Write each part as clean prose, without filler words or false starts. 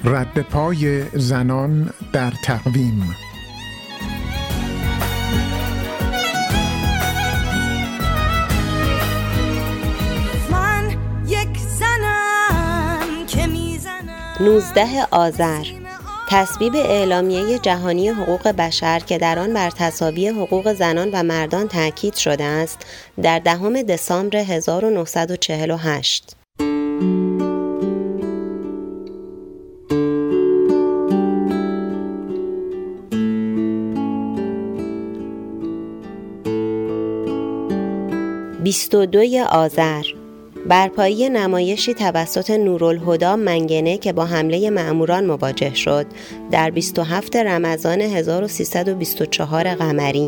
رد پای زنان در تقویم. من یک زنم که میزنم 19 آذر تصویب اعلامیه جهانی حقوق بشر که در آن بر تساوی حقوق زنان و مردان تاکید شده است در 10 دسامبر 1948. (22 آذر) برپایی نمایشی توسط نورالهدی منگنه که با حمله مأموران مواجه شد در 27 رمضان 1324 قمری.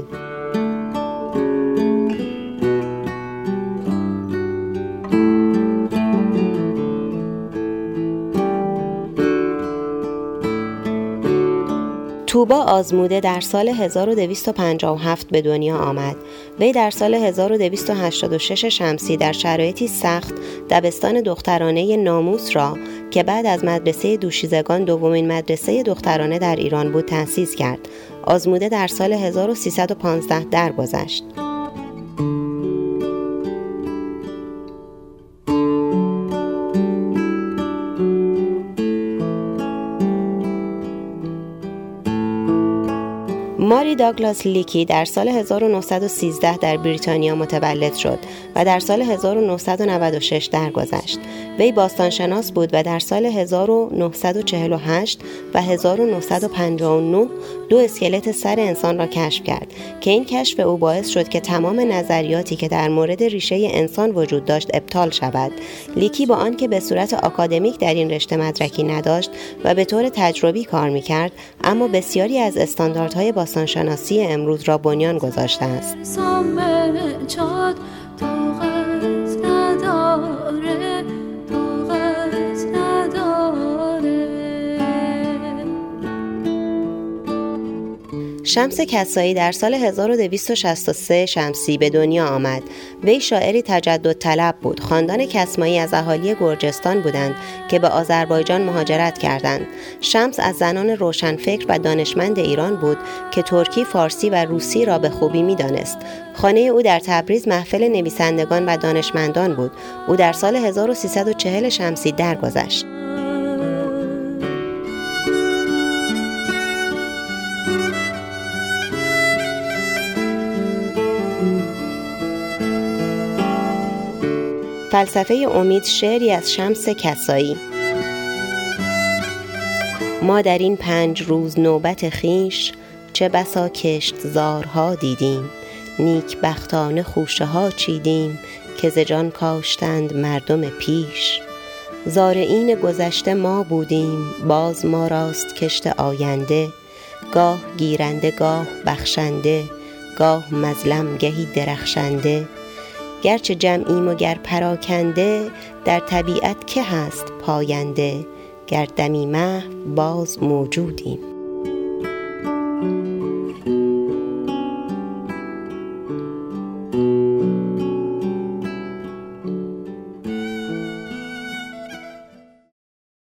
توبا آزموده در سال 1257 به دنیا آمد. وی در سال 1286 شمسی در شرایطی سخت دبستان دخترانه ناموس را که بعد از مدرسه دوشیزگان دومین مدرسه دخترانه در ایران بود تأسیس کرد. آزموده در سال 1315 درگذشت. ماری داگلاس لیکی در سال 1913 در بریتانیا متولد شد و در سال 1996 درگذشت. وی باستانشناس بود و در سال 1948 و 1959 2 اسکلت سر انسان را کشف کرد که این کشف او باعث شد که تمام نظریاتی که در مورد ریشه انسان وجود داشت ابطال شود. لیکی با آنکه به صورت آکادمیک در این رشته مدرکی نداشت و به طور تجربی کار می‌کرد، اما بسیاری از استانداردهای باستانشناسی امروز را بنیان گذاشته است. شمس کسایی در سال 1263 شمسی به دنیا آمد. وی شاعری تجدد طلب بود. خاندان کسمایی از اهالی گرجستان بودند که به آذربایجان مهاجرت کردند. شمس از زنان روشنفکر و دانشمند ایران بود که ترکی، فارسی و روسی را به خوبی می‌دانست. خانه او در تبریز محفل نویسندگان و دانشمندان بود. او در سال 1340 شمسی درگذشت. فلسفه امید، شعری از شمس کسایی. ما در این 5 روز نوبت خویش، چه بسا کشتزارها دیدیم. نیک بختانه خوشه ها چیدیم، که ز جان کاشتند مردم پیش. زارعین گذشته ما بودیم، باز ما راست کشت آینده. گاه گیرنده گاه بخشنده، گاه مظلم گهی درخشنده. گرچه جمعیم و گر پراکنده، در طبیعت که هست پاینده. گر دمی محو باز موجودیم.